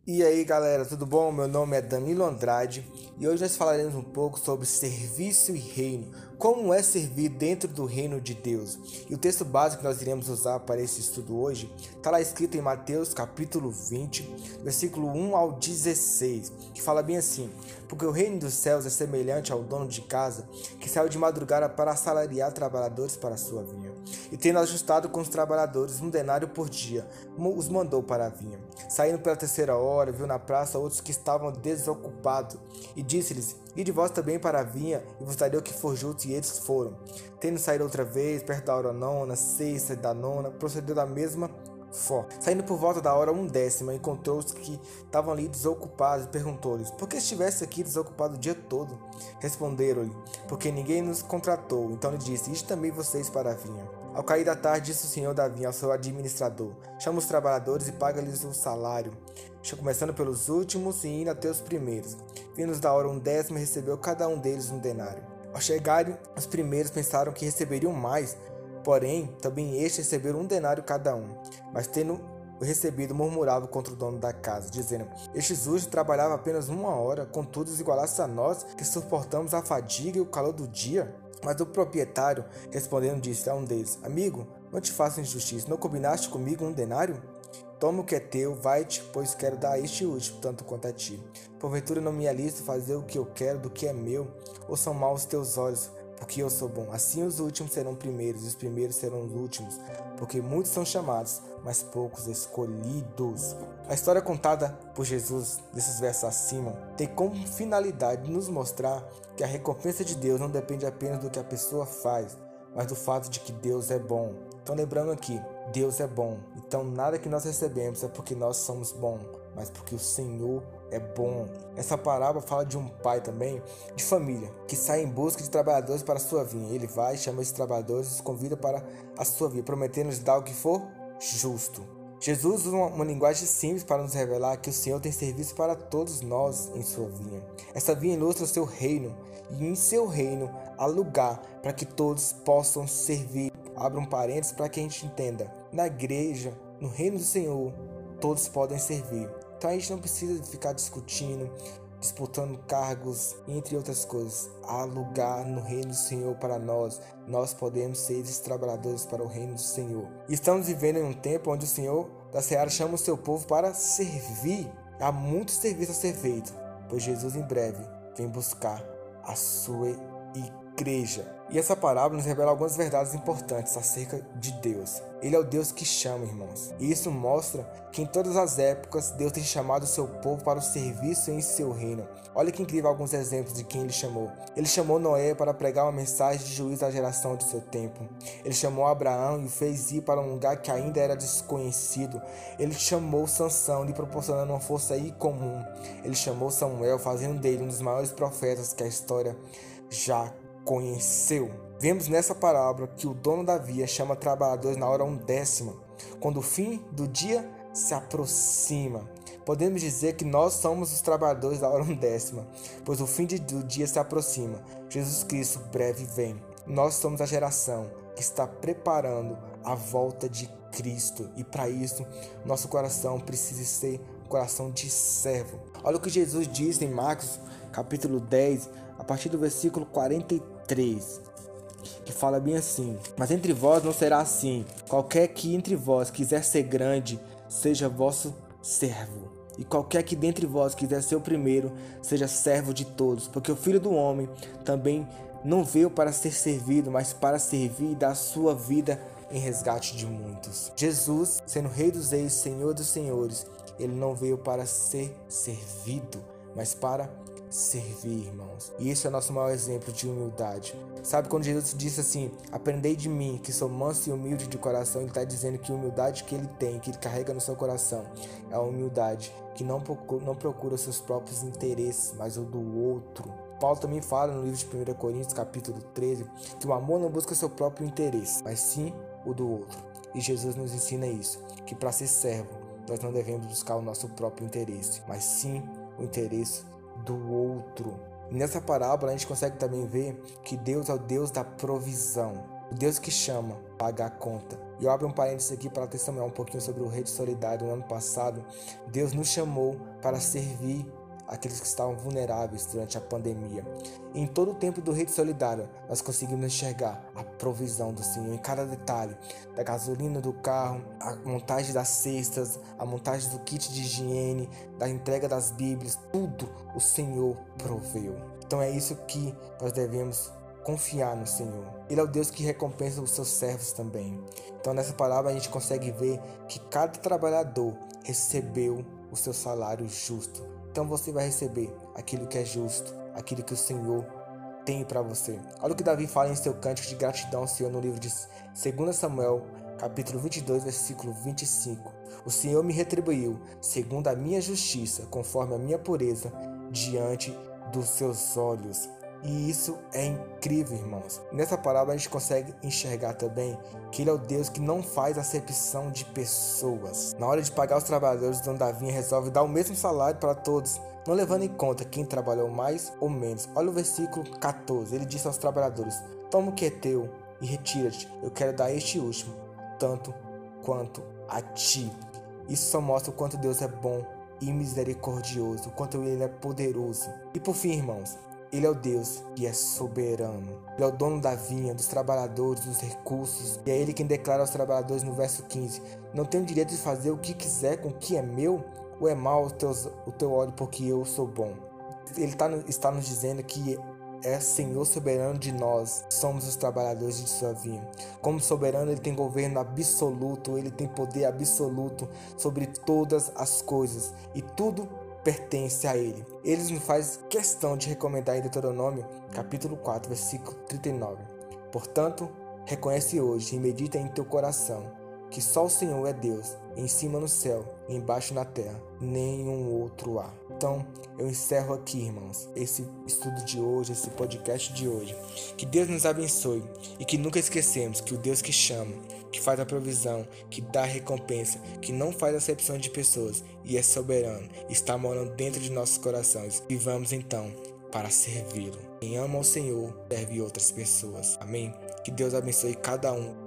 E aí galera, tudo bom? Meu nome é Danilo Andrade e hoje nós falaremos um pouco sobre serviço e reino, como é servir dentro do reino de Deus. E o texto básico que nós iremos usar para esse estudo hoje está lá escrito em Mateus capítulo 20, versículo 1 ao 16, que fala bem assim: porque o reino dos céus é semelhante ao dono de casa que saiu de madrugada para assalariar trabalhadores para a sua vinha. E tendo ajustado com os trabalhadores 1 denário por dia, os mandou para a vinha. Saindo pela terceira hora, viu na praça outros que estavam desocupados, e disse-lhes: ide vós também para a vinha, e vos darei o que for justo. E eles foram. Tendo saído outra vez, perto da hora nona, sexta e da nona, procedeu da mesma forma. Saindo por volta da hora 1 décima, encontrou os que estavam ali desocupados e perguntou-lhes: por que estivesse aqui desocupado o dia todo? Responderam-lhe: porque ninguém nos contratou. Então lhe disse: ide também vocês para a vinha. Ao cair da tarde, disse o senhor da vinha ao seu administrador: chama os trabalhadores e paga-lhes o salário, começando pelos últimos e indo até os primeiros. Vindo da hora 1 décima, recebeu cada um deles 1 denário. Ao chegarem, os primeiros pensaram que receberiam mais, porém, também estes receberam 1 denário cada um. Mas tendo recebido, murmuravam contra o dono da casa, dizendo: estes últimos trabalhavam apenas 1 hora, contudo igualasse a nós, que suportamos a fadiga e o calor do dia. Mas o proprietário, respondendo, disse a um deles: amigo, não te faço injustiça, não combinaste comigo 1 denário? Toma o que é teu, vai-te, pois quero dar a este último, tanto quanto a ti. Porventura não me é lícito fazer o que eu quero do que é meu, ou são maus os teus olhos, porque eu sou bom? Assim os últimos serão primeiros, e os primeiros serão os últimos, porque muitos são chamados, mas poucos escolhidos. A história contada por Jesus, desses versos acima, tem como finalidade nos mostrar que a recompensa de Deus não depende apenas do que a pessoa faz, mas do fato de que Deus é bom. Então lembrando aqui, Deus é bom. Então nada que nós recebemos é porque nós somos bons, mas porque o Senhor é bom. Essa parábola fala de um pai também, de família, que sai em busca de trabalhadores para a sua vinha. Ele vai, chama esses trabalhadores e os convida para a sua vinha, prometendo-lhes dar o que for justo. Jesus usa uma linguagem simples para nos revelar que o Senhor tem serviço para todos nós em sua vinha. Essa vinha ilustra o seu reino, e em seu reino há lugar para que todos possam servir. Abra um parênteses para que a gente entenda. Na igreja, no reino do Senhor, todos podem servir. Então a gente não precisa ficar discutindo, disputando cargos, entre outras coisas. Há lugar no reino do Senhor para nós. Nós podemos ser esses trabalhadores para o reino do Senhor. E estamos vivendo em um tempo onde o Senhor da Seara chama o seu povo para servir. Há muito serviço a ser feito, pois Jesus em breve vem buscar a sua igreja. E essa parábola nos revela algumas verdades importantes acerca de Deus. Ele é o Deus que chama, irmãos. E isso mostra que em todas as épocas Deus tem chamado o seu povo para o serviço em seu reino. Olha que incrível alguns exemplos de quem ele chamou. Ele chamou Noé para pregar uma mensagem de juízo à geração de seu tempo. Ele chamou Abraão e o fez ir para um lugar que ainda era desconhecido. Ele chamou Sansão, lhe proporcionando uma força incomum. Ele chamou Samuel, fazendo dele um dos maiores profetas que a história já conheceu. Vemos nessa parábola que o dono da via chama trabalhadores na hora 1 décima, quando o fim do dia se aproxima. Podemos dizer que nós somos os trabalhadores da hora 1 décima, pois o fim do dia se aproxima. Jesus Cristo breve vem. Nós somos a geração que está preparando a volta de Cristo, e para isso nosso coração precisa ser um coração de servo. Olha o que Jesus diz em Marcos capítulo 10, a partir do versículo 43, que fala bem assim: mas entre vós não será assim. Qualquer que entre vós quiser ser grande, seja vosso servo. E qualquer que dentre vós quiser ser o primeiro, seja servo de todos. Porque o Filho do Homem também não veio para ser servido, mas para servir e dar a sua vida em resgate de muitos. Jesus, sendo Rei dos Reis, Senhor dos Senhores, ele não veio para ser servido, mas para servir, irmãos. E esse é o nosso maior exemplo de humildade. Sabe, quando Jesus disse assim: aprendei de mim, que sou manso e humilde de coração, ele está dizendo que a humildade que ele tem, que ele carrega no seu coração, é a humildade que não procura seus próprios interesses, mas o do outro. Paulo também fala no livro de 1 Coríntios capítulo 13, que o amor não busca seu próprio interesse, mas sim o do outro. E Jesus nos ensina isso, que para ser servo, nós não devemos buscar o nosso próprio interesse, mas sim o interesse do outro. E nessa parábola a gente consegue também ver que Deus é o Deus da provisão. O Deus que chama paga a conta. E eu abro um parênteses aqui para testemunhar um pouquinho sobre o Rede Solidário. No ano passado, Deus nos chamou para servir aqueles que estavam vulneráveis durante a pandemia. E em todo o tempo do Rede Solidário, nós conseguimos enxergar a provisão do Senhor em cada detalhe, da gasolina do carro, a montagem das cestas, a montagem do kit de higiene, da entrega das Bíblias, tudo o Senhor proveu. Então é isso que nós devemos confiar no Senhor. Ele é o Deus que recompensa os seus servos também. Então nessa palavra a gente consegue ver que cada trabalhador recebeu o seu salário justo. Então você vai receber aquilo que é justo, aquilo que o Senhor tem para você. Olha o que Davi fala em seu cântico de gratidão ao Senhor no livro de 2 Samuel, capítulo 22, versículo 25. O Senhor me retribuiu segundo a minha justiça, conforme a minha pureza, diante dos seus olhos. E isso é incrível, irmãos. Nessa palavra a gente consegue enxergar também que Ele é o Deus que não faz acepção de pessoas. Na hora de pagar os trabalhadores, o dono da vinha resolve dar o mesmo salário para todos, não levando em conta quem trabalhou mais ou menos. Olha o versículo 14, ele disse aos trabalhadores: toma o que é teu e retira-te, eu quero dar este último, tanto quanto a ti. Isso só mostra o quanto Deus é bom e misericordioso, o quanto Ele é poderoso. E por fim, irmãos, Ele é o Deus que é soberano. Ele é o dono da vinha, dos trabalhadores, dos recursos. E é Ele quem declara aos trabalhadores no verso 15: não tenho o direito de fazer o que quiser com o que é meu? Ou é mau o teu óleo porque eu sou bom? Ele está nos dizendo que é Senhor soberano de nós, somos os trabalhadores de sua vinha. Como soberano, Ele tem governo absoluto, Ele tem poder absoluto sobre todas as coisas. E tudo pertence a Ele. Ele nos faz questão de recomendar em Deuteronômio, capítulo 4, versículo 39. Portanto, reconhece hoje e medita em teu coração que só o Senhor é Deus, em cima no céu e embaixo na terra, nenhum outro há. Então, eu encerro aqui, irmãos, esse estudo de hoje, esse podcast de hoje. Que Deus nos abençoe e que nunca esquecemos que o Deus que chama, que faz a provisão, que dá a recompensa, que não faz acepção de pessoas e é soberano, está morando dentro de nossos corações. E vamos então para servi-lo. Quem ama ao Senhor serve outras pessoas. Amém? Que Deus abençoe cada um.